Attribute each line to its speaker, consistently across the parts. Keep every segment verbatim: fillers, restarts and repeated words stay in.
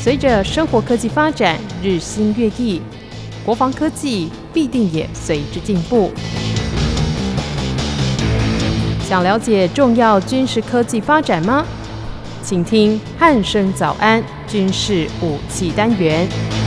Speaker 1: 随着生活科技发展日新月异，国防科技必定也随之进步。想了解重要军事科技发展吗？请听汉声早安军事武器单元。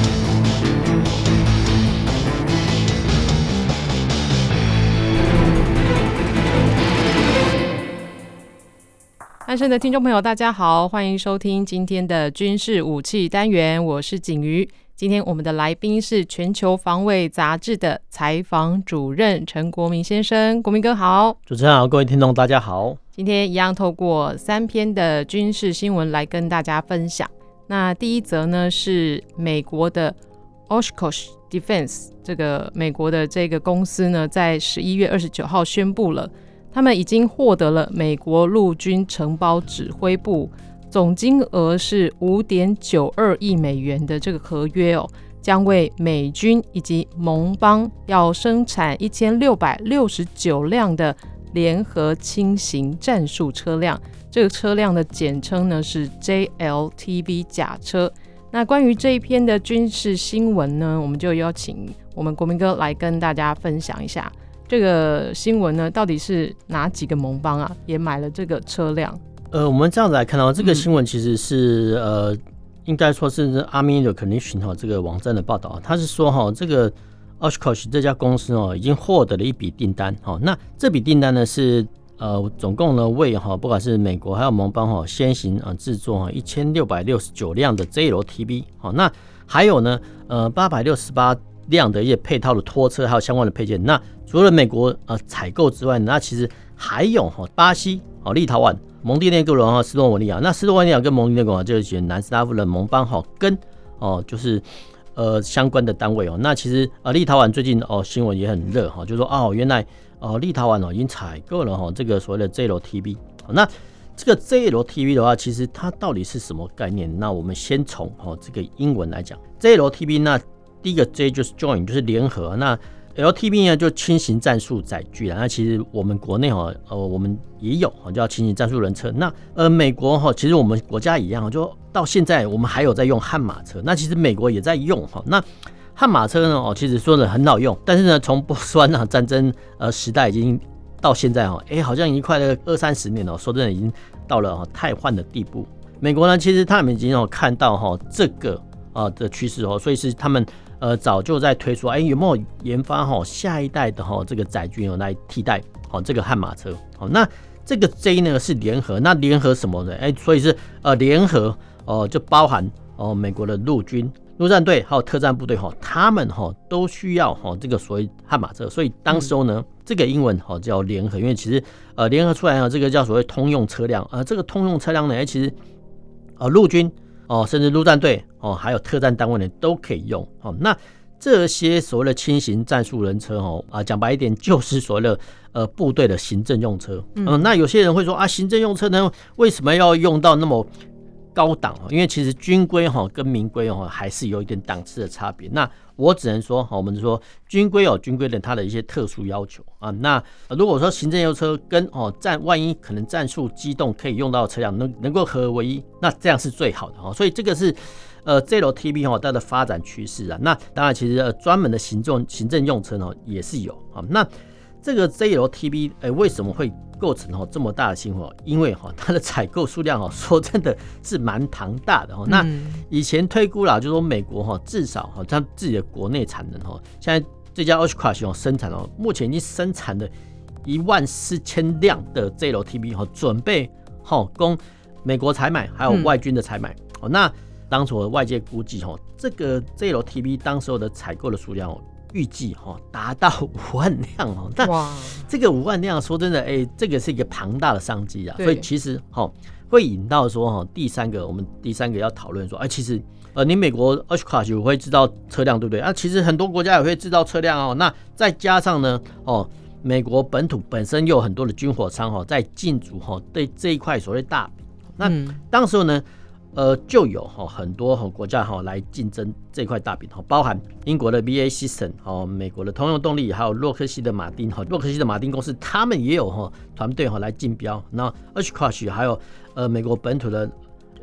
Speaker 1: 汉声的听众朋友大家好，欢迎收听今天的军事武器单元，我是景瑜。今天我们的来宾是全球防卫杂志的采访主任陈国民先生，国民哥好。
Speaker 2: 主持人好，各位听众大家好。
Speaker 1: 今天一样透过三篇的军事新闻来跟大家分享。那第一则呢是美国的 Oshkosh Defense， 这个美国的这个公司呢在十一月二十九号宣布了，他们已经获得了美国陆军承包指挥部总金额是 五点九二亿美元的这个合约哦，将为美军以及盟邦要生产一千六百六十九辆的联合轻型战术车辆，这个车辆的简称呢是 J L T V 甲车。那关于这一篇的军事新闻呢，我们就邀请我们国民哥来跟大家分享一下这个新闻呢，到底是哪几个盟邦啊也买了这个车辆？
Speaker 2: 呃，我们这样子来看到这个新闻，其实是、嗯、呃，应该说是 Army Recognition 哈这个网站的报道，他是说哈这个 Oshkosh 这家公司哦已经获得了一笔订单哈，那这笔订单呢是呃总共呢为哈不管是美国还有盟邦哈先行啊制作哈一千六百六十九辆的 J L T V 哈，那还有呢呃八百六十八辆的一些配套的拖车还有相关的配件。那除了美国呃采购之外，那其实还有哈巴西、哦立陶宛、蒙地内哥罗和斯洛文尼亚。那斯洛文尼亚跟蒙地内哥罗就是南斯拉夫的盟邦哈，跟哦就是呃相关的单位哦。那其实呃立陶宛最近哦新闻也很热哈，就说哦原来哦立陶宛哦已经采购了哈这个所谓的 J L T V。那这个 J L T V 的话，其实它到底是什么概念？那我们先从哦这个英文来讲 ，J L T V 那第一个 J 就是 join， 就是联合。那 L T V 呢就轻型战术载具啦。那其实我们国内哈呃我们也有叫轻型战术人车。那呃美国哈其实我们国家一样，就到现在我们还有在用悍马车。那其实美国也在用哈。那悍马车呢哦其实说的很好用，但是呢从波斯湾啊战争呃时代已经到现在哦，哎好像已经快了二三十年了，说真的已经到了汰换的地步。美国呢其实他们已经有看到哈这个啊的趋势哦，所以是他们。呃，早就在推出，哎，有没有研发哈下一代的哈这个载具哦来替代好这个悍马车？好，那这个 J 呢是联合，那联合什么呢？哎，所以是呃联合哦，就包含哦美国的陆军、陆战队还有特战部队哈，他们哈都需要哈这个所谓悍马车，所以当时候呢，嗯、这个英文哈叫联合，因为其实呃联合出来啊，这个叫所谓通用车辆，呃，这个通用车辆呢，哎，其实呃陆军。哦，甚至陆战队哦，还有特战单位呢，都可以用哦。那这些所谓的轻型战术人车哦，啊，讲白一点，就是所谓的呃部队的行政用车。嗯，呃、那有些人会说啊，行政用车呢，为什么要用到那么高档？因为其实军规哈跟民规哦还是有一点档次的差别。那我只能说，我们说军规哦，军规的它的一些特殊要求啊。那如果说行政用车跟哦战，万一可能战术机动可以用到的车辆能能够合而为一，那这样是最好的哦。所以这个是呃 J L T V 哦它的发展趋势啊。那当然，其实呃专门的行政行政用车呢也是有啊。那这个 J L T V 哎为什么会构成哦这么大的新闻？因为哈它的采购数量哦说真的是蛮庞大的哦。那以前推估啦，就说美国哈至少哈它自己的国内产能哈，现在这家 Oshkosh 生产哦，目前已经生产了一万四千辆的 J L T V 哈，准备哈供美国采买，还有外军的采买。哦、嗯，那当初外界估计哈，这个 J L T V 当时候的采购的数量哦。预计达到五万辆哦，但这个五万辆说真的，哎、欸，这个是一个庞大的商机啊，所以其实哈会引到说哈第三个，我们第三个要讨论说，哎、欸，其实呃，你美国 Oshkosh 会制造车辆，对不对啊？其实很多国家也会制造车辆哦，那再加上呢，哦，美国本土本身又有很多的军火商哈在进驻哈对这一块所谓大饼，那当时候呢。呃，就有很多国家来竞争这块大饼，包含英国的 B A E System、美国的通用动力，还有洛克希德马丁。洛克希德马丁公司他们也有团队来竞标。那 Oshkosh 还有呃美国本土的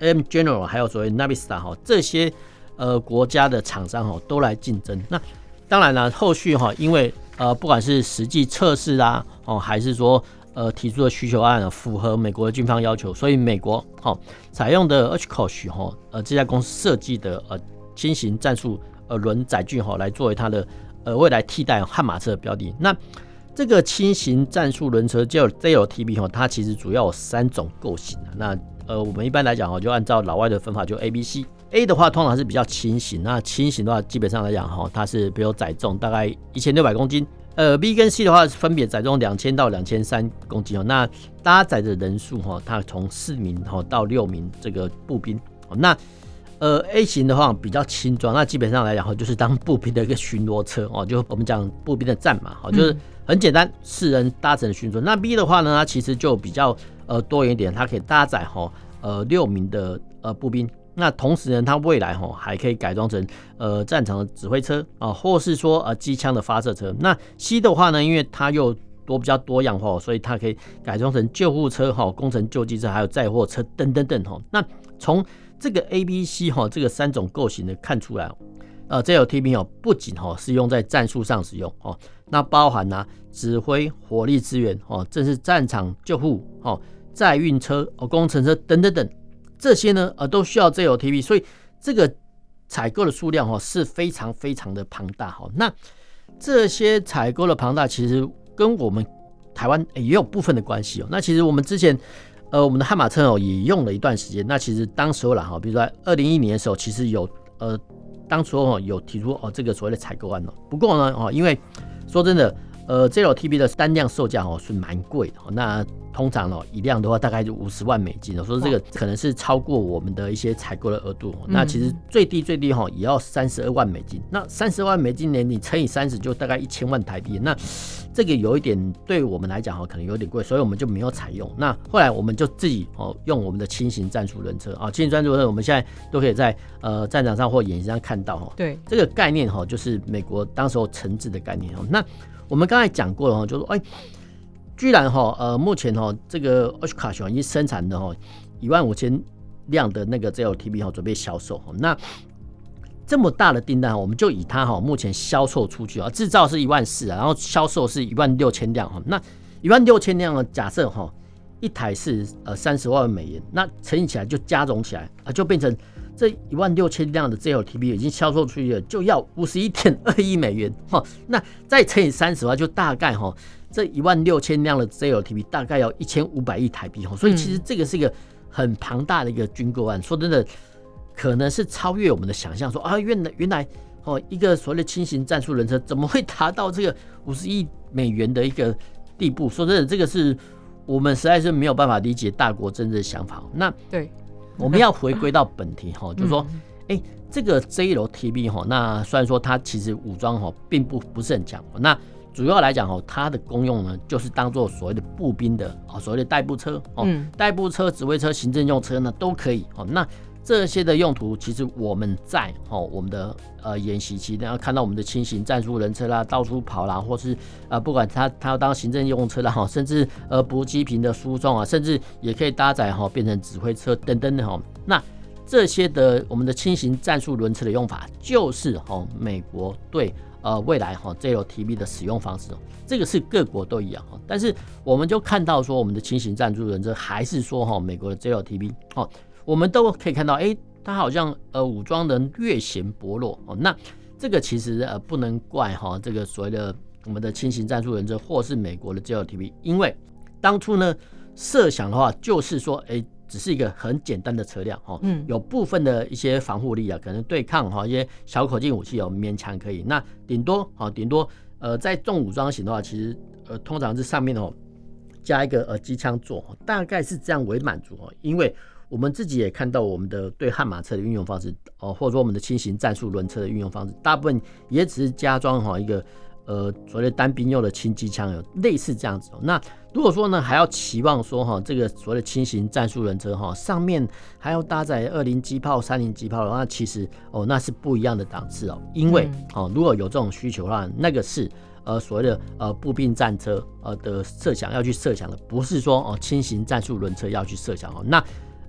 Speaker 2: A M General 还有所谓 Navistar 哈这些呃国家的厂商哈都来竞争。那当然了，后续哈因为呃不管是实际测试啦哦，还是说呃提出的需求案符合美国的军方要求，所以美国哈采用的 Oshkosh 哈呃这家公司设计的呃轻型战术呃轮载具哈来作为它的呃未来替代悍马车的标的。那这个轻型战术轮车就 J L T B 哈，它其实主要有三种构型。那呃，我们一般来讲哈，就按照老外的分法，就 A、B、C。A 的话通常是比较轻型，那轻型的话基本上来讲哈，它是比如载重大概一千六百公斤。呃 ，B 跟 C 的话分别载重两千到两千三公斤哦。那搭载的人数哈，它从四名哈到六名这个步兵。那呃 A 型的话比较轻装，那基本上来讲就是当步兵的一个巡逻车哦，就我们讲步兵的战马，就是很简单，四人搭乘的巡逻。那 B 的话呢，它其实就比较呃多元一点，它可以搭载哈呃六名的呃步兵。那同时呢，它未来哈还可以改装成呃战场的指挥车啊，或是说呃机枪的发射车。那 C 的话呢，因为它又多比较多样化，所以它可以改装成救护车哈、工程救济车，还有载货车等等等哈。那从这个 A、B、C 哈这个三种构型的看出来，呃 J L T B 哦不仅哈是用在战术上使用哦，那包含啊指挥、火力支援哦，正是战场救护哦、载运车哦、工程车等等等。这些呢，呃，都需要 J L T B， 所以这个采购的数量哈是非常非常的庞大哈。那这些采购的庞大，其实跟我们台湾也有部分的关系哦。那其实我们之前，呃，我们的悍马车哦也用了一段时间。那其实当时候啦哈，比如说在二零一一年的时候，其实有呃，当初哦有提出哦这个所谓的采购案哦。不过呢哦，因为说真的，呃 ，J L T B 的单辆售价哦是蛮贵的。那通常哦，一辆的话大概就五十万美金，所以这个可能是超过我们的一些采购的额度。那其实最低最低哈也要三十二万美金。那三十万美金呢，你乘以三十就大概一千万台币。那这个有一点对我们来讲哈，可能有点贵，所以我们就没有采用。那后来我们就自己哦用我们的轻型战术轮车啊，轻型战术轮车我们现在都可以在呃战场上或演习上看到哈。对，这个概念哈就是美国当时候承制的概念哈。那我们刚才讲过了哈，就是说哎。居然哈呃，目前哈这个 Oshkosh 已经生产的哈一万五千辆的那个 J L T B 哈准备销售。那这么大的订单，我们就以它哈目前销售出去啊，制造是一万四啊，然后销售是一万六千辆哈。那一万六千辆假设哈一台是呃三十万美元，那乘以起来就加总起来啊，就变成这一万六千辆的 J L T B 已经销售出去了，就要五十一点二亿美元哈。那再乘以三十万，就大概哈。这一万六千辆的 J L T B 大概要一千五百亿台币，所以其实这个是一个很庞大的一个军购案。说真的，可能是超越我们的想象。说啊，原来原来哦，一个所谓的轻型战术人车怎么会达到这个五十亿美元的一个地步？说真的，这个是我们实在是没有办法理解大国政治的想法。那对，我们要回归到本题哈，就是说，哎、欸，这个 J L T B 哈，那虽然说它其实武装哈并不不是很强，那主要来讲哦，它的功用呢，就是当做所谓的步兵的哦，所谓的代步车哦，代步车、指挥车、行政用车呢都可以哦。那这些的用途，其实我们在哦我们的呃演习期，然后看到我们的轻型战术人车啦，到处跑啦，或是呃不管它它要当行政用车啦哈，甚至呃补给品的输送啊，甚至也可以搭载哈变成指挥车等等的哈。那这些的我们的轻型战术轮车的用法，就是哈美国对。呃，未来哈 J L T B 的使用方式，这个是各国都一样哈。但是我们就看到说，我们的轻型战术人车还是说哈，美国的 J L T B 哦，我们都可以看到，哎、欸，它好像呃武装人略显薄弱哦。那这个其实呃不能怪哈这个所谓的我们的轻型战术人车或是美国的 J L T B， 因为当初呢设想的话就是说，哎、欸。只是一个很简单的车辆哈，有部分的一些防护力啊，可能对抗哈一些小口径武器哦，勉强可以。那顶多哈顶多呃在重武装型的话，其实呃通常是上面哦加一个呃机枪座，大概是这样为满足哦。因为我们自己也看到我们的对悍马车的运用方式哦，或者说我们的轻型战术轮车的运用方式，大部分也只是加装哈一个。呃，所谓的单兵用的轻机枪有类似这样子、哦。那如果说呢，还要期望说哈，这个所谓的轻型战术人车哈，上面还要搭载二零机炮、三零机炮的话，那其实哦，那是不一样的档次哦。因为哦，如果有这种需求的话，那个是呃所谓的呃步兵战车呃的设想要去设想的，不是说哦轻型战术轮车要去设想哦。那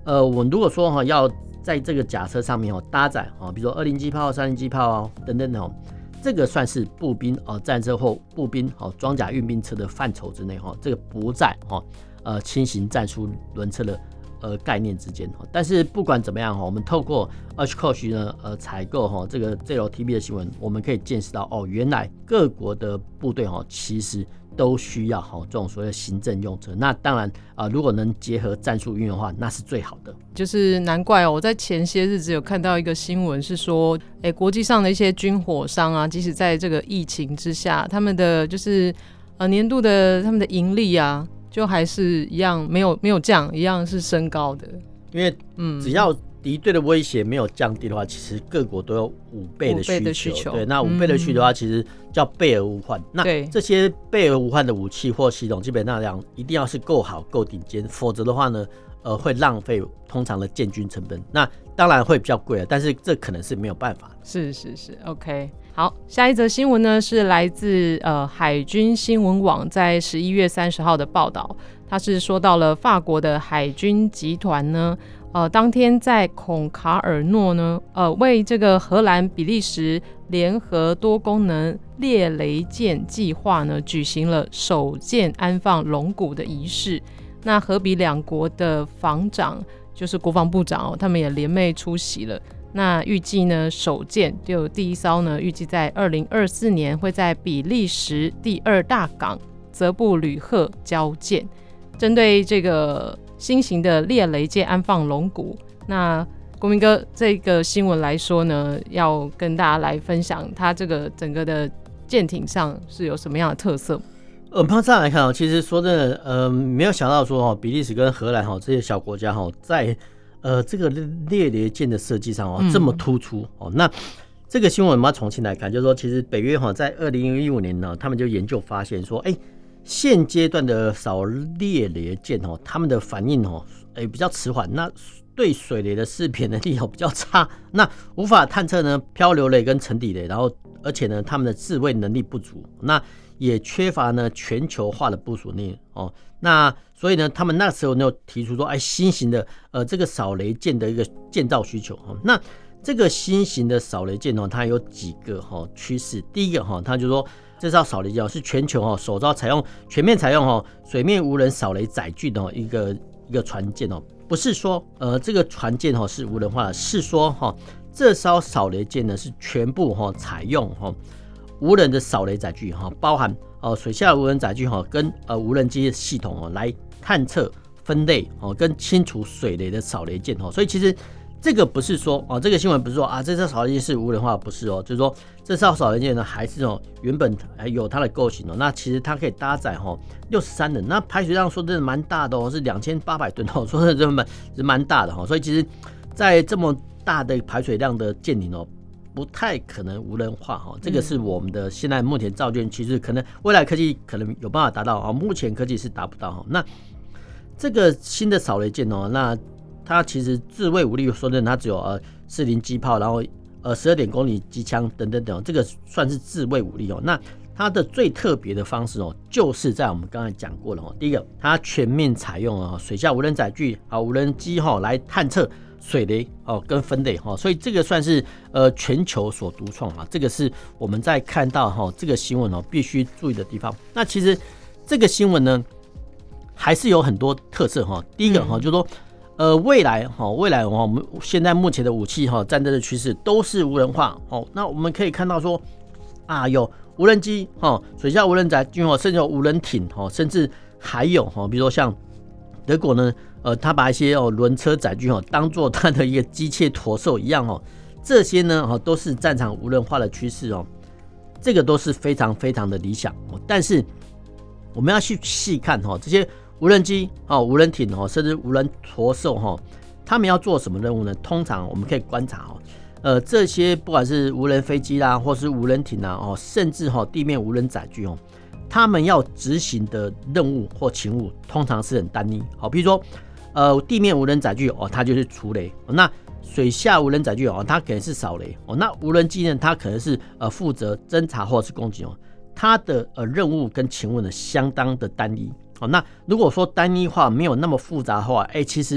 Speaker 2: 呃，我们如果说哈要在这个甲车上面哦搭载哦，比如说二零机炮、三零机炮哦等等哦，这个算是步兵哦战车或步兵哦装甲运兵车的范畴之内哈，这个不在哦呃轻型战术轮车的呃概念之间。但是不管怎么样哈，我们透过 Oshkosh 呢呃采购哈这个 Z L T B 的新闻，我们可以见识到哦，原来各国的部队哈其实都需要哈这种所谓的行政用车。那当然啊、呃，如果能结合战术运用的话，那是最好的。
Speaker 1: 就是难怪哦，我在前些日子有看到一个新闻是说，哎，国际上的一些军火商啊，即使在这个疫情之下，他们的就是呃年度的他们的盈利啊，就还是一样没有没有降，一样是升高的。
Speaker 2: 因为只要敌对的威胁没有降低的话，其实各国都有五倍的需求。
Speaker 1: 五倍的需求
Speaker 2: 对，那五倍的需求的话，其实叫备而无患。那这些备而无患的武器或系统，基本上讲一定要是够好、够顶尖，否则的话呢，呃，会浪费通常的建军成本。那当然会比较贵了，但是这可能是没有办法的。
Speaker 1: 是是是 ，OK。好，下一则新闻呢是来自呃海军新闻网在十一月三十号的报道，它是说到了法国的海军集团呢，呃，当天在孔卡尔诺呢，呃，为这个荷兰、比利时联合多功能猎雷舰计划呢，举行了首舰安放龙骨的仪式。那荷比两国的防长，就是国防部长哦，他们也联袂出席了。那预计呢，首舰就第一艘呢，预计在二零二四年会在比利时第二大港泽布吕赫交舰。针对这个新型的猎雷舰安放龙骨，那国民哥这个新闻来说呢，要跟大家来分享它这个整个的舰艇上是有什么样的特色。
Speaker 2: 呃，马上来看哦，其实说真的，呃，没有想到说哦，比利时跟荷兰哈这些小国家哈，在呃这个猎雷舰的设计上哦这么突出哦。那这个新闻我们要重新来看，就是说，其实北约哈在二零一五年呢，他们就研究发现说，哎、欸，现阶段的扫猎雷舰哦，他们的反应哦，哎、欸、比较迟缓，那对水雷的识别能力哦比较差，那无法探测呢漂流雷跟沉底雷，然后而且呢他们的自卫能力不足，那也缺乏呢全球化的部署能力哦。那所以呢，他们那时候呢提出说，哎，新型的呃这个扫雷舰的一个建造需求哦。那这个新型的扫雷舰哦，它有几个哈趋势。第一个哈，它就说这艘扫雷舰是全球哈首艘采用全面采用哈水面无人扫雷载具的一个一个船舰哦。不是说呃这个船舰哈是无人化的，是说哈这艘扫雷舰呢是全部哈采用哈无人的扫雷载具哈，包含呃水下无人载具哈跟呃无人机系统哦来探测、分类哦跟清除水雷的扫雷舰哦。所以其实这个不是说哦，这个新闻不是说啊这艘扫雷舰是无人化，不是哦，就是说这艘扫雷舰呢还是哦原本还有它的构型哦，那其实它可以搭载哦六十三人，那排水量说真的蛮大的哦，是两千八百吨哦，说真的蛮是蛮大的哦，所以其实在这么大的排水量的舰艇哦，不太可能无人化哈，这个是我们的现在目前造舰，其实可能未来科技可能有办法达到啊，目前科技是达不到哈。那这个新的扫雷舰哦，那它其实自卫武力说真的，它只有呃四零机炮，然后呃十二点公里机枪等等等，这个算是自卫武力哦。那它的最特别的方式哦，就是在我们刚才讲过了哦，第一个，它全面采用了水下无人载具啊、无人机哈来探测水雷哦跟分类哈，所以这个算是呃全球所独创啊，这个是我们在看到哈这个新闻哦必须注意的地方。那其实这个新闻呢还是有很多特色哈，第一个哈就是说。呃，未来哈，未来我们现在目前的武器哈，战争的趋势都是无人化哦。那我们可以看到说，啊，有无人机哈，水下无人载具哈，甚至有无人艇哈，甚至还有哈，比如说像德国呢，呃，他把一些哦轮车载具哈，当做他的一个机械驼兽一样哦。这些呢哈，都是战场无人化的趋势哦。这个都是非常非常的理想哦。但是我们要去细看哈，这些。无人机、无人艇甚至无人驼兽，他们要做什么任务呢？通常我们可以观察，呃，这些不管是无人飞机啦，或是无人艇啊，甚至地面无人载具，他们要执行的任务或勤务通常是很单一。好，比如说，呃，地面无人载具哦，它就是除雷；那水下无人载具哦，它可能是扫雷；那无人机呢，它可能是呃负责侦查或是攻击哦。它的呃任务跟勤务呢，相当的单一。好，那如果说单一化没有那么复杂的话，哎、欸，其实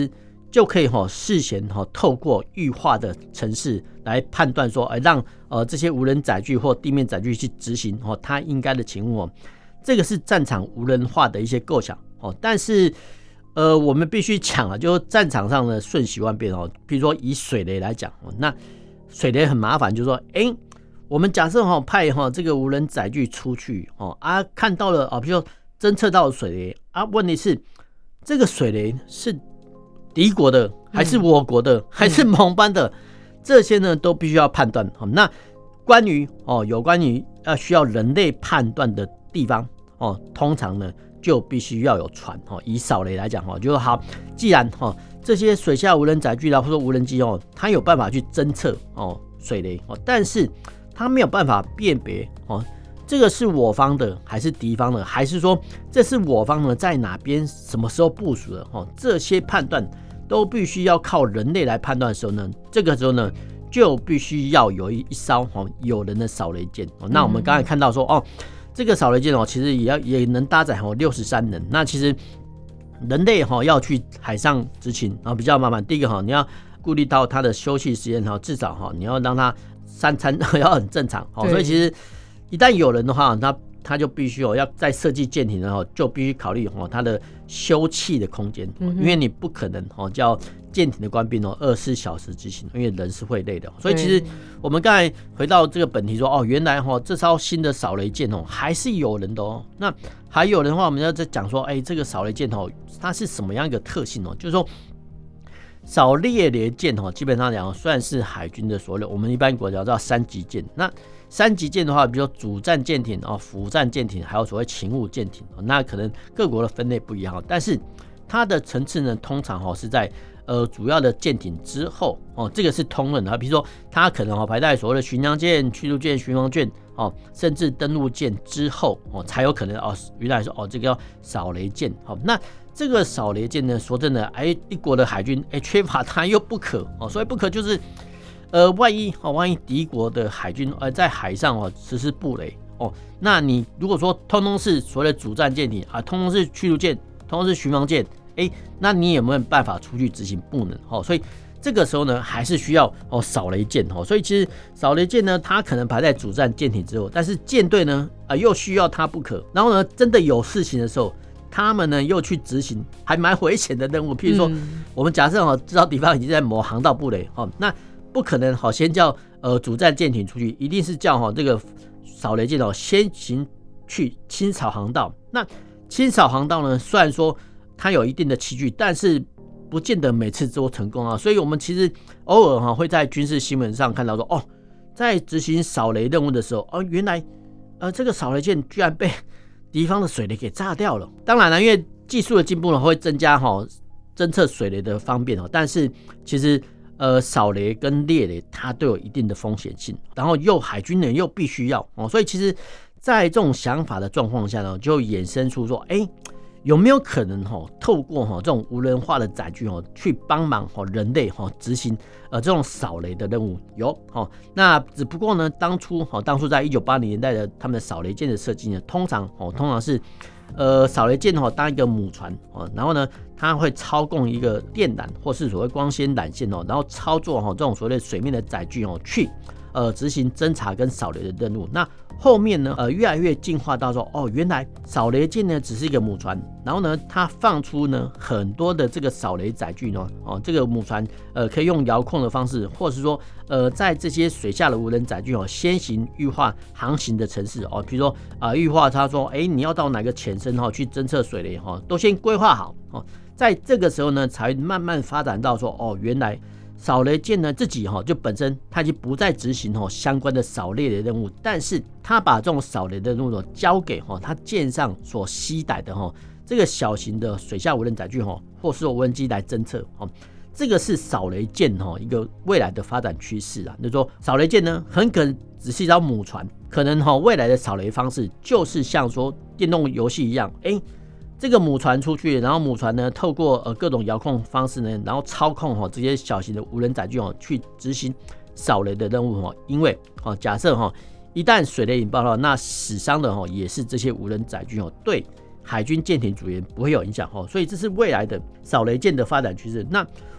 Speaker 2: 就可以哈事前哈透过预化的程式来判断说，哎，让呃这些无人载具或地面载具去执行哦它应该的勤务哦。这个是战场无人化的一些构想哦。但是呃我们必须讲啊，就是战场上的瞬息万变哦。比如说以水雷来讲哦，那水雷很麻烦，就是说，哎，我们假设哈派哈这个无人载具出去哦啊，看到了啊，比如说侦测到水雷啊，问题是这个水雷是敌国的还是我国的、嗯、还是盟邦的、嗯、这些呢都必须要判断。那关于哦有关于要需要人类判断的地方哦，通常呢就必须要有船哦。以扫雷来讲哦，就是好，既然哦这些水下无人载具啦或者无人机哦，它有办法去侦测哦水雷哦，但是它没有办法辨别哦，这个是我方的还是敌方的，还是说这是我方呢在哪边什么时候部署的哦？这些判断都必须要靠人类来判断的时候呢，这个时候呢就必须要有一艘哦有人的扫雷舰哦。那我们刚才看到说哦，这个扫雷舰哦，其实也要也能搭载哦六十三人。那其实人类哈要去海上执勤啊比较麻烦。第一个哈，你要顾虑到它的休息时间哈，至少哈你要让它三餐要很正常哦。所以其实一旦有人的话，他他就必须哦要在设计舰艇的话，就必须考虑哦它的休憩的空间、嗯，因为你不可能哦叫舰艇的官兵哦二十四小时执行，因为人是会累的。所以其实我们刚才回到这个本题说哦，原来哈这艘新的扫雷舰哦还是有人的哦。那还有人的话，我们要再讲说，哎，这个扫雷舰哦它是什么样一个特性哦？就是说扫猎雷舰哦，基本上讲算是海军的所谓的我们一般国家叫三级舰。那三级舰的话，比如说主战舰艇、辅战舰艇，还有所谓勤务舰艇，那可能各国的分类不一样，但是它的层次呢，通常是在呃主要的舰艇之后哦，这个是通论的。比如说它可能排在所谓的巡洋舰、驱逐舰、巡防舰哦，甚至登陆舰之后哦，才有可能哦，原来说哦这个叫扫雷舰。好，那这个扫雷舰呢，说真的，哎，一国的海军哎缺乏它又不可哦，所以不可就是。呃，万一哦，万一敌国的海军呃在海上哦实施布雷哦，那你如果说通通是所谓的主战舰艇啊，通通是驱逐舰，通通是巡防舰，哎，那你有没有办法出去执行布能？哦，所以这个时候呢，还是需要哦扫雷舰哦。所以其实扫雷舰呢，它可能排在主战舰艇之后，但是舰队呢啊、呃、又需要它不可。然后呢，真的有事情的时候，他们呢又去执行还蛮危险的任务，譬如说，嗯、我们假设哦，知道敌方已经在某航道布雷哦，那不可能好先叫呃主战舰艇出去，一定是叫哈这个扫雷舰哦先行去清扫航道。那清扫航道呢，虽然说它有一定的器具，但是不见得每次都成功啊。所以我们其实偶尔哈会在军事新闻上看到说，哦，在执行扫雷任务的时候，哦原来呃这个扫雷舰居然被敌方的水雷给炸掉了。当然了，因为技术的进步呢，会增加哈侦测水雷的方便哦，但是其实。呃，扫雷跟猎雷它都有一定的风险性，然后又海军呢又必须要哦，所以其实，在这种想法的状况下呢，就衍生出说，哎，有没有可能哈，透过哈这种无人化的载具哦，去帮忙哈人类哈执行呃这种扫雷的任务？有哦，那只不过呢，当初哈当初在一九八零年代的他们的扫雷舰的设计呢，通常哦通常是。呃，扫雷舰哦，当一个母船哦，然后呢，它会操控一个电缆或是所谓光纤缆线哦，然后操作哈这种所谓的水面的载具哦，去呃执行侦查跟扫雷的任务。那后面呢，呃，越来越进化到说，哦，原来扫雷舰呢只是一个母船，然后呢，它放出呢很多的这个扫雷载具呢，哦，这个母船呃可以用遥控的方式，或者是说呃在这些水下的无人载具哦，先行预化航行的程式哦，比如说啊、呃、预化他说，哎，你要到哪个潜深哈去侦测水雷哈，都先规划好哦，在这个时候呢，才慢慢发展到说，哦，原来。扫雷舰呢自己哈就本身它已经不再执行哈相关的扫猎的任务，但是它把这种扫雷的任务交给哈它舰上所携带的哈这个小型的水下无人载具哈或是无人机来侦测哈，这个是扫雷舰哈一个未来的发展趋势啊。就是说扫雷舰呢很可能只是一艘母船，可能哈未来的扫雷方式就是像说电动游戏一样，哎。这个母船出去，然后母船呢，透过呃各种遥控方式呢，然后操控哈、哦、这些小型的无人载具哦，去执行扫雷的任务哦。因为哦，假设哈、哦、一旦水雷引爆的话，那死伤的哈、哦、也是这些无人载具哦，对海军舰艇组员不会有影响哦。所以这是未来的扫雷舰的发展趋势。那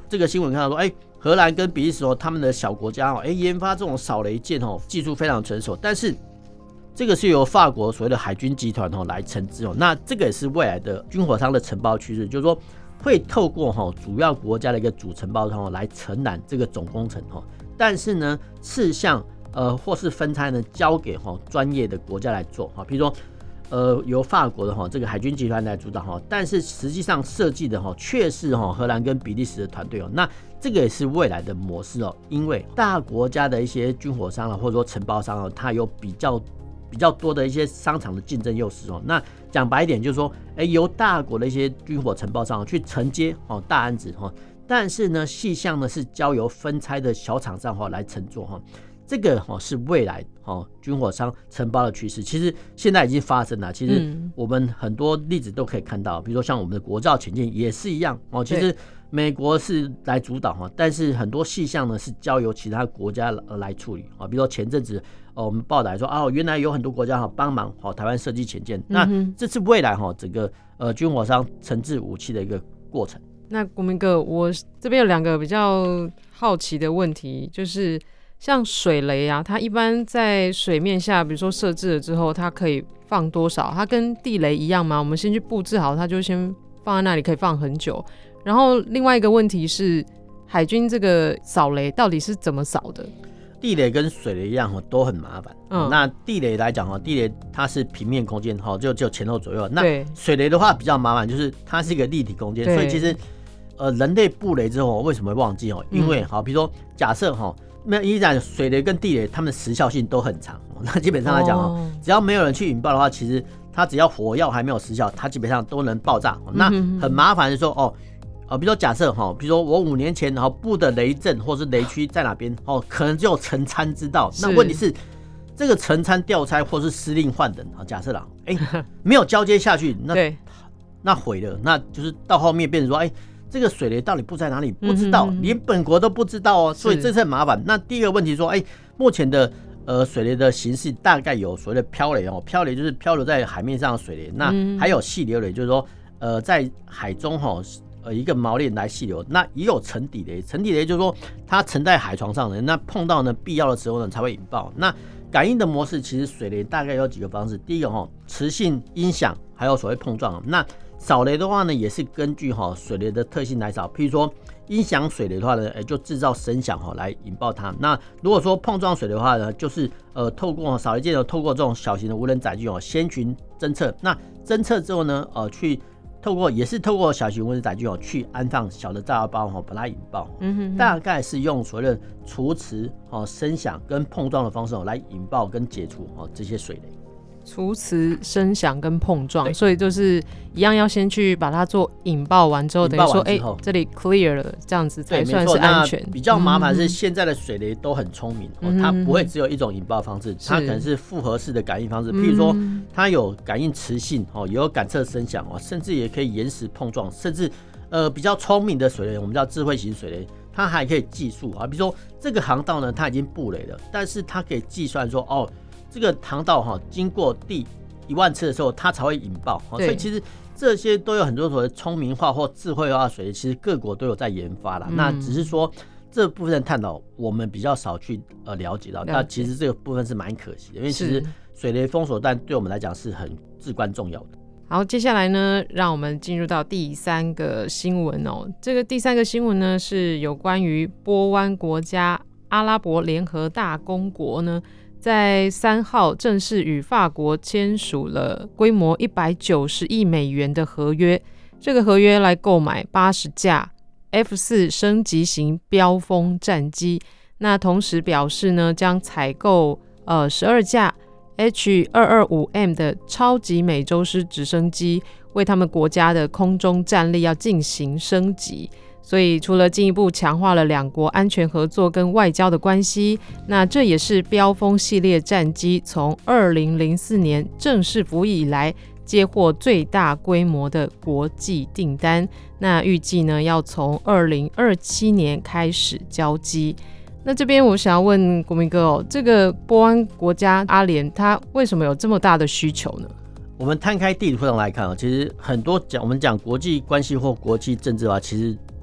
Speaker 2: 这个新闻看到说，哎、欸，荷兰跟比利时哦，他们的小国家哦，哎、欸，研发这种扫雷舰哦，技术非常成熟，但是这个是由法国所谓的海军集团哦来承制哦，那这个也是未来的军火商的承包趋势，就是说会透过哈主要国家的一个主承包商来承揽这个总工程哈，但是呢，次项呃或是分拆呢交给哈专业的国家来做哈，比如说。呃，由法国的哈这个海军集团来主导哈，但是实际上设计的哈却是哈荷兰跟比利时的团队哦。那这个也是未来的模式哦，因为大国家的一些军火商啊，或者说承包商哦，它有比较比较多的一些商场的竞争优势哦。那讲白一点就是说，哎，由大国的一些军火承包商去承接哦大案子哈，但是呢细项呢是交由分拆的小厂商哈来承做哈。这个是未来军火商承包的趋势，其实现在已经发生了。其实我们很多例子都可以看到，比如说像我们的国造潜舰也是一样哦。其实美国是来主导哈，但是很多细项呢是交由其他国家来处理啊。比如说前阵子我们报道说啊，原来有很多国家帮忙台湾设计潜舰，那这是未来整个呃军火商承制武器的一个过程。
Speaker 1: 那国民哥，我这边有两个比较好奇的问题，就是。像水雷啊，它一般在水面下，比如说设置了之后，它可以放多少？它跟地雷一样吗？我们先去布置好，它就先放在那里，可以放很久。然后另外一个问题是，海军这个扫雷到底是怎么扫的？
Speaker 2: 地雷跟水雷一样都很麻烦。嗯，那地雷来讲，地雷它是平面空间，就只有前后左右。那水雷的话比较麻烦，就是它是一个立体空间，所以其实呃人类布雷之后为什么会忘记？因为好，比如说假设哈。没有，一讲水雷跟地雷，它们的时效性都很长。那基本上来讲哦，只要没有人去引爆的话，其实它只要火药还没有失效，它基本上都能爆炸。那很麻烦的说哦，呃，比如说假设哈，比如说我五年前然后布的雷阵或是雷区在哪边哦，可能只有陈参知道。那问题是这个陈参调差或是司令换人啊，假设啦，哎、欸，没有交接下去，那那毁了，那就是到后面变成说，哎、欸。这个水雷到底布在哪里？不知道，连本国都不知道哦，所以这是很麻烦。那第二个问题说，哎，目前的呃水雷的形式大概有所谓的漂雷哦，漂雷就是漂流在海面上的水雷，那还有细流雷，就是说呃在海中哈呃一个锚链来细流，那也有沉底雷，沉底雷就是说它沉在海床上的，那碰到呢必要的时候呢才会引爆。那感应的模式其实水雷大概有几个方式，第一个哈磁性、音响，还有所谓碰撞。那扫雷的话呢，也是根据哈水雷的特性来扫，譬如说音响水雷的话呢，就制造声响哈来引爆它。那如果说碰撞水雷的话呢，就是呃透过扫雷舰呢，透过这种小型的无人载具哦，先行侦测，那侦测之后呢，呃去透过也是透过小型无人载具哦，去安放小的炸药包哈，把它引爆。嗯哼哼，大概是用所谓的除磁哦、声响跟碰撞的方式哦来引爆跟解除哦这些水雷。
Speaker 1: 除磁、声响跟碰撞，所以就是一样要先去把它做引爆完之后，等于说哎、欸，这里 clear 了，这样子才算是安全。
Speaker 2: 比较麻烦是现在的水雷都很聪明、嗯哦，它不会只有一种引爆方式，它可能是复合式的感应方式，譬如说它有感应磁性哦，也有感测声响哦，甚至也可以延时碰撞，甚至呃比较聪明的水雷，我们叫智慧型水雷，它还可以计数啊，比如说这个航道呢，它已经布雷了，但是它可以计算说哦。这个航道哈，经过第一万次的时候，它才会引爆。所以其实这些都有很多所谓聪明化或智慧化的水雷，其实各国都有在研发啦。嗯、那只是说这部分探讨我们比较少去呃了解到，那其实这个部分是蛮可惜的，因为其实水雷封锁弹对我们来讲是很至关重要的。
Speaker 1: 好，接下来呢，让我们进入到第三个新闻哦。这个第三个新闻呢，是有关于波湾国家阿拉伯联合大公国呢。在三号正式与法国签署了规模一百九十亿美元的合约，这个合约来购买八十架 F 四 升级型标风战机，那同时表示呢，将采购呃十二架 H 二二五 M 的超级美洲狮直升机，为他们国家的空中战力要进行升级。所以除了进一步强化了两国安全合作跟外交的关系，那这也是标风系列战机从二零零四年正式服役以来接获最大规模的国际订单。那预计呢要从二零二七年开始交机。那这边我想要问国民哥哦，这个波湾国家阿联它为什么有这么大的需求呢？
Speaker 2: 我们摊开地图上来看，其实很多讲我们讲国际关系或国际政治啊，其实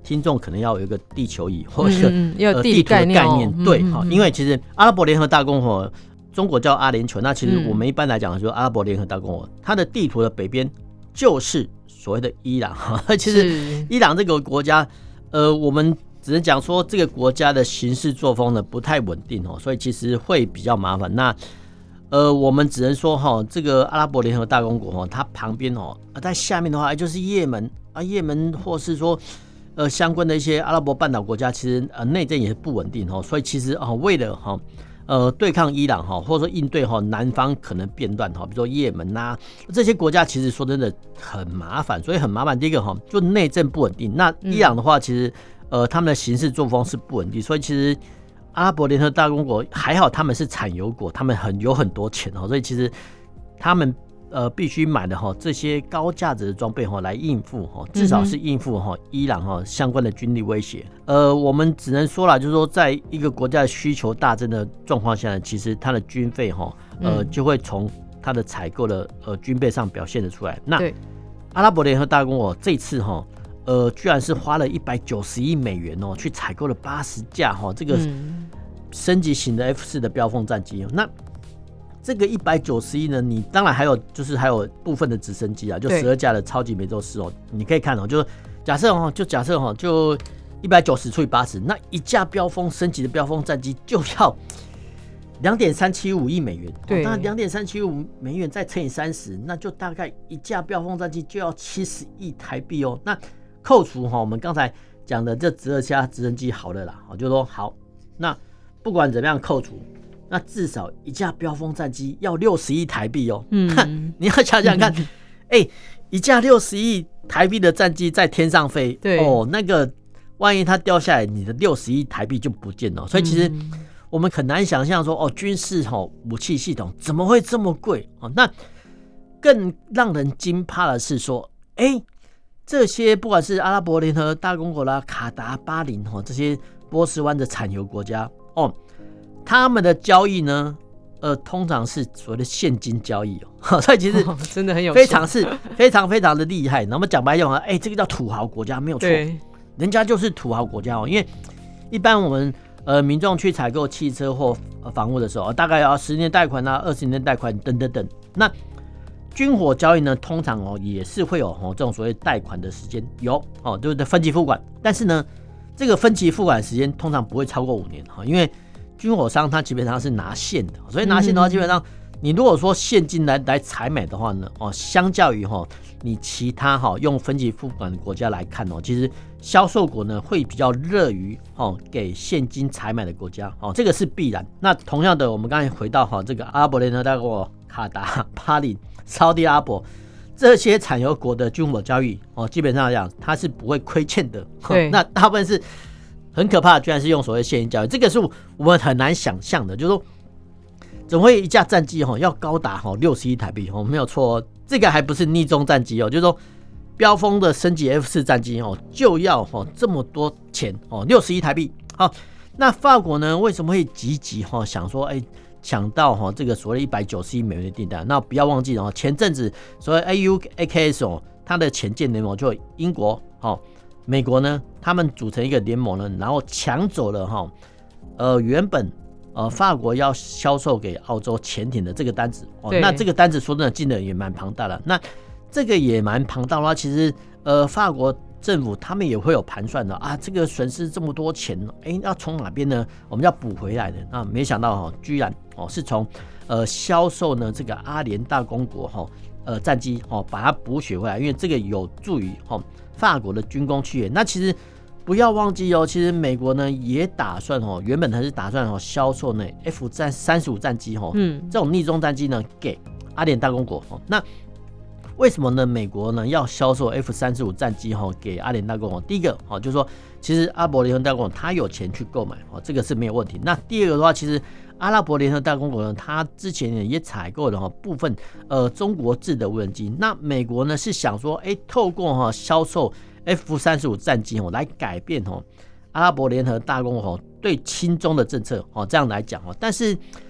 Speaker 2: 听众可能要有一个地球仪或者、
Speaker 1: 嗯、要
Speaker 2: 呃、
Speaker 1: 地
Speaker 2: 图的概念，
Speaker 1: 哦、
Speaker 2: 对、
Speaker 1: 嗯嗯、
Speaker 2: 因为其实阿拉伯联合大公国，中国叫阿联酋，那其实我们一般来讲说阿拉伯联合大公国，它的地图的北边就是所谓的伊朗。其实伊朗这个国家，呃，我们只能讲说这个国家的行事作风呢不太稳定哦，所以其实会比较麻烦。那呃，我们只能说哈，这个阿拉伯联合大公国哈，它旁边哦，在下面的话就是也门啊，也门或是说呃相关的一些阿拉伯半岛国家，其实呃内政也是不稳定哦，所以其实啊，为了哈呃对抗伊朗哈，或者说应对哈南方可能变乱哈，比如说也门呐这些国家，其实说真的很麻烦，所以很麻烦。第一个哈，就内政不稳定。那伊朗的话，其实呃他们的行事作风是不稳定，所以其实。阿拉伯联合大公国还好，他们是产油国，他们很有很多钱哦，所以其实他们呃必须买的哈这些高价值的装备哈来应付哈，至少是应付哈伊朗哈相关的军力威胁。呃，我们只能说啦，就是说在一个国家的需求大增的状况下呢，其实它的军费哈呃就会从它的采购的呃军备上表现得出来。那阿拉伯联合大公国这次哈。呃，居然是花了一百九十亿美元哦，去采购了八十架哈这个升级型的 F 四 的标风战机。那这个一百九十亿呢，你当然还有就是还有部分的直升机啊，就十二架的超级梅宙斯哦，你可以看哦，就假设哦，就假设哦，就一百九十除以八十，那一架标风升级的标风战机就要两点三七五亿美元。对，那两点三七五美元再乘以三十，那就大概一架标风战机就要七十亿台币哦。那扣除我们刚才讲的这十二架直升机好了啦，就说好，那不管怎么样扣除，那至少一架标风战机要六十亿台币哦。嗯，你要想想看，哎、欸，一架六十亿台币的战机在天上飞，对哦，那个万一它掉下来，你的六十亿台币就不见了。所以其实我们很难想象说，哦，军事武器系统怎么会这么贵哦？那更让人惊怕的是说，哎、欸。这些不管是阿拉伯联合大公国啦、卡达、巴林这些波斯湾的产油国家哦，他们的交易呢，呃，通常是所谓的现金交易哦，所以其实
Speaker 1: 真的很有
Speaker 2: 非常是非常非常的厉害。那我们讲白用啊，哎，这个叫土豪国家没有错，人家就是土豪国家哦。因为一般我们呃民众去采购汽车或房屋的时候，大概要十年贷款啊、二十年贷款等等等，那军火交易呢，通常哦也是会有哦这种所谓贷款的时间有哦，对不对？分期付款，但是呢，这个分期付款时间通常不会超过五年哈，因为军火商他基本上是拿现的，所以拿现的话，基本上你如果说现金来来采买的话呢，哦，相较于哈你其他哈用分期付款的国家来看哦，其实销售国呢会比较热于哦给现金采买的国家哦，这个是必然。那同样的，我们刚才回到哈这个阿拉伯联合大公国、卡达、巴林、沙特阿拉伯这些产油国的军火交易哦，基本上来讲它是不会亏欠的。对，那大部分是很可怕的，居然是用所谓现金交易，这个是我们很难想象的，就是说怎么会一架战机要高达六十亿台币？没有错哦，这个还不是逆中战机哦，就是说标风的升级 F 四 战机就要这么多钱六十亿台币。好，那法国呢为什么会积极想说哎抢到这个所谓一百九十亿美元的订单？那不要忘记了前阵子所谓 A U A K S 它的前建联盟就英国、美国呢，他们组成一个联盟呢，然后抢走了哈呃原本呃法国要销售给澳洲潜艇的这个单子哦，那这个单子说真的金额也蛮庞大的。那这个也蛮庞大的话，其实呃法国政府他们也会有盘算的啊，这个损失这么多钱，哎，要从哪边呢？我们要补回来的。那没想到哈，居然哦是从呃销售呢这个阿联大公国哈呃战机哦把它补血回来，因为这个有助于哈法国的军工企业。那其实不要忘记哦，其实美国呢也打算哦，原本还是打算哦销售呢 F 三十五战机哦，嗯，这种逆中战机呢给阿联大公国哦。那为什么呢？美国呢要销售 F 三十五战机给阿联大公国？第一个就是说，其实阿拉伯联合大公国他有钱去购买，这个是没有问题。那第二个的话，其实阿拉伯联合大公国呢，他之前也采购了部分呃中国制的无人机。那美国呢是想说，哎，透过销售 F 三十五战机来改变阿拉伯联合大公国对亲中的政策，这样来讲。但是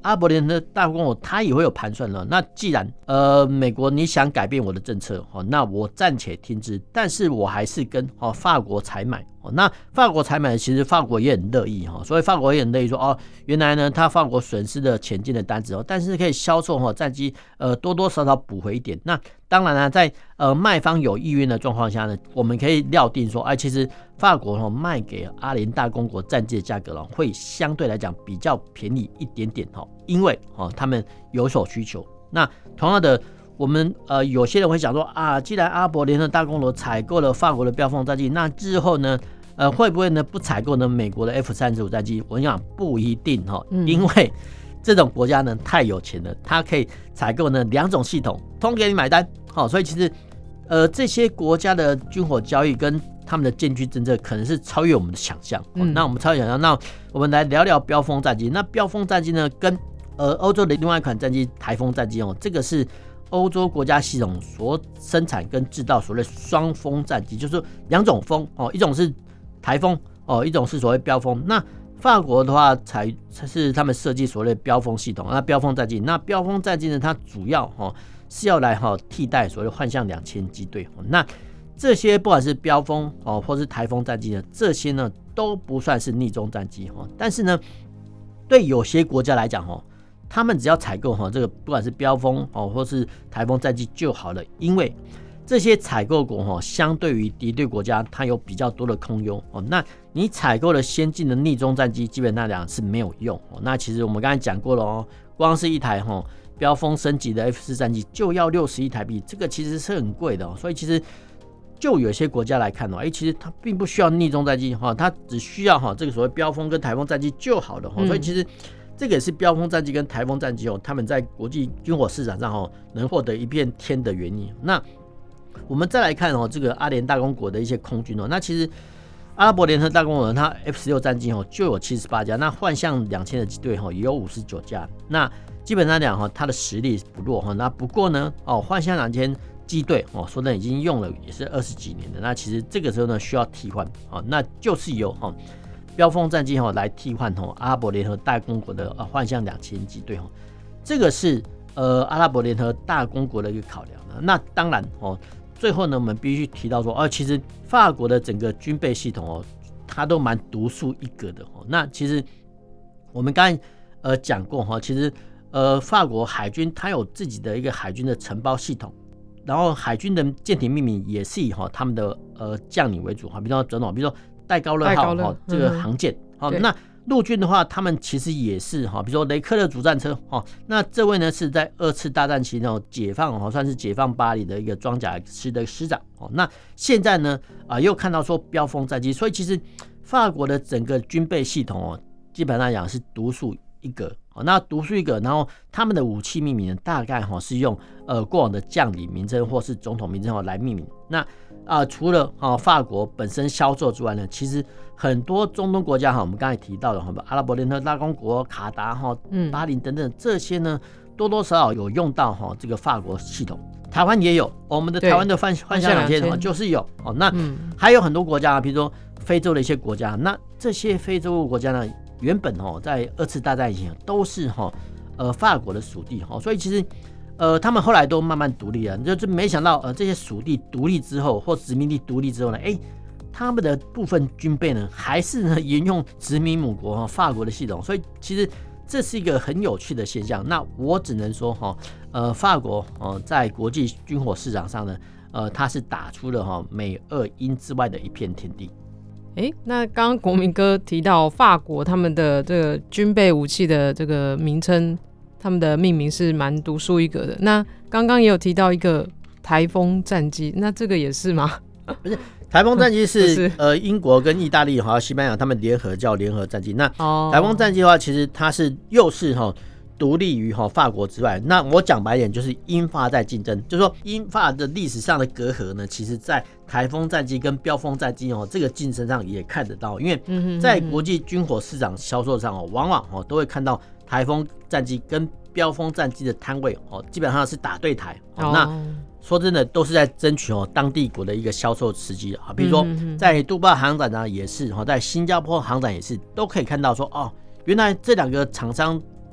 Speaker 2: 阿拉伯联合大公国它也会有盘算了。那既然呃美国你想改变我的政策，哦，那我暂且听之，但是我还是跟哦法国采买。哦，那法国采买其实法国也很乐意哈，所以法国也很乐意说哦，原来呢他法国损失了前进的单子哦，但是可以销售哈战机呃多多少少补回一点。那当然呢，在呃卖方有意愿的状况下呢，我们可以料定说，哎，其实法国哈卖给阿联大公国战机的价格会相对来讲比较便宜一点点哈，因为哦他们有所需求。那同样的。我们呃有些人会想说啊，既然阿拉伯联合大公国采购了法国的标风战机，那日后呢，呃会不会呢不采购呢美国的 F 三十五 战机？我想不一定哈，因为这种国家呢太有钱了，它可以采购呢两种系统，通给你买单。好，所以其实呃这些国家的军火交易跟他们的建军政策可能是超越我们的想象。嗯、那我们超越想象，那我们来聊聊标风战机。那标风战机呢，跟呃欧洲的另外一款战机台风战机哦，这个是。欧洲国家系统所生产跟制造所谓双风战机，就是两种风哦，一种是台风哦，一种是所谓标风。那法国的话才是他们设计所谓的标风系统，那标风战机，那标风战机呢，它主要哦是要来哈替代所谓的幻象两千机队。那这些不管是标风哦，或是台风战机呢，这些呢都不算是逆中战机哦。但是呢，对有些国家来讲哦。他们只要采购这个不管是标风或是台风战机就好了，因为这些采购国相对于敌对国家它有比较多的空优，那你采购了先进的逆中战机基本上讲是没有用。那其实我们刚才讲过了哦，光是一台标风升级的 F 四 战机就要六十亿台币，这个其实是很贵的。所以其实就有些国家来看，其实它并不需要逆中战机，它只需要这个所谓标风跟台风战机就好了。所以其实这个也是标风战机跟台风战机哦，他们在国际军火市场上哦能获得一片天的原因。那我们再来看哦，这个阿联大公国的一些空军哦，那其实阿拉伯联合大公国它 F 十六 战机哦就有七十八架，那幻象两千的机队哦也有五十九架。那基本上讲哈，它的实力不弱哈。那不过呢哦，幻象两千机队哦，说的已经用了也是二十几年的，那其实这个时候呢需要替换哦，那就是由哈。标风战机来替换阿拉伯联合大公国的幻象两千机队，这个是呃阿拉伯联合大公国的一个考量。那当然哦，最后呢我们必须提到说，哦，其实法国的整个军备系统哦，它都蛮独树一格的。那其实我们刚才呃讲过哈，其实呃法国海军它有自己的一个海军的承包系统，然后海军的舰艇命名也是以哈他们的呃将领为主哈，比如说总统，比如说。戴高乐号乐这个航舰，嗯、那陆军的话，他们其实也是比如说雷克勒主战车，那这位呢是在二次大战期间解放，算是解放巴黎的一个装甲师的师长。那现在呢啊又看到说标风战机，所以其实法国的整个军备系统基本上讲是独树一格。那独树一格，然后他们的武器命名大概是用呃过往的将领名称或是总统名称来命名。那啊、呃，除了啊法国本身销售之外呢，其实很多中东国家哈，我们刚才提到的哈，阿拉伯联合大公国、卡达哈、巴林等等这些呢，多多少少有用到哈这个法国系统。台湾也有，我们的台湾的幻幻象两千就是有哦。那还有很多国家，比如说非洲的一些国家，那这些非洲国家呢？原本哦，在二次大战以前都是哈呃法国的属地哈，所以其实呃他们后来都慢慢独立了，就是没想到呃这些属地独立之后或殖民地独立之后呢，哎他们的部分军备呢还是呢沿用殖民母国哈法国的系统，所以其实这是一个很有趣的现象。那我只能说哈呃法国哦在国际军火市场上呢，呃它是打出了哈美俄英之外的一片天地。
Speaker 1: 哎，那刚刚国民哥提到法国他们的这个军备武器的这个名称，他们的命名是蛮独树一格的。那刚刚也有提到一个台风战机，那这个也是吗？
Speaker 2: 不是，台风战机是, 是呃英国跟意大利还有西班牙他们联合叫联合战机。那台风战机的话，其实它是又是哈。独立于法国之外，那我讲白一点就是英法在竞争，就是说英法的历史上的隔阂呢，其实在台风战机跟标风战机哦这个竞争上也看得到，因为在国际军火市场销售上哦，往往哦都会看到台风战机跟标风战机的摊位哦，基本上是打对台。哦、那说真的，都是在争取哦当地国的一个销售时机啊，比如说在杜拜航展呢也是，在新加坡航展也是，都可以看到说哦，原来这两个厂商。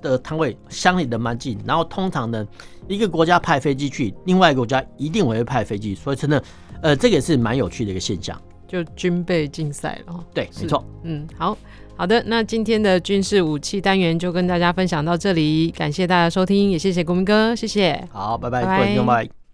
Speaker 2: 的摊位相离的蛮近，然后通常呢，一个国家派飞机去，另外一个国家一定会派飞机，所以真的，呃，这个也是蛮有趣的一个现象，
Speaker 1: 就军备竞赛了。
Speaker 2: 对，没错。
Speaker 1: 嗯，好好的，那今天的军事武器单元就跟大家分享到这里，感谢大家收听，也谢谢国民哥，谢谢。
Speaker 2: 好，拜拜，
Speaker 1: 拜拜
Speaker 2: 各位听众，拜拜。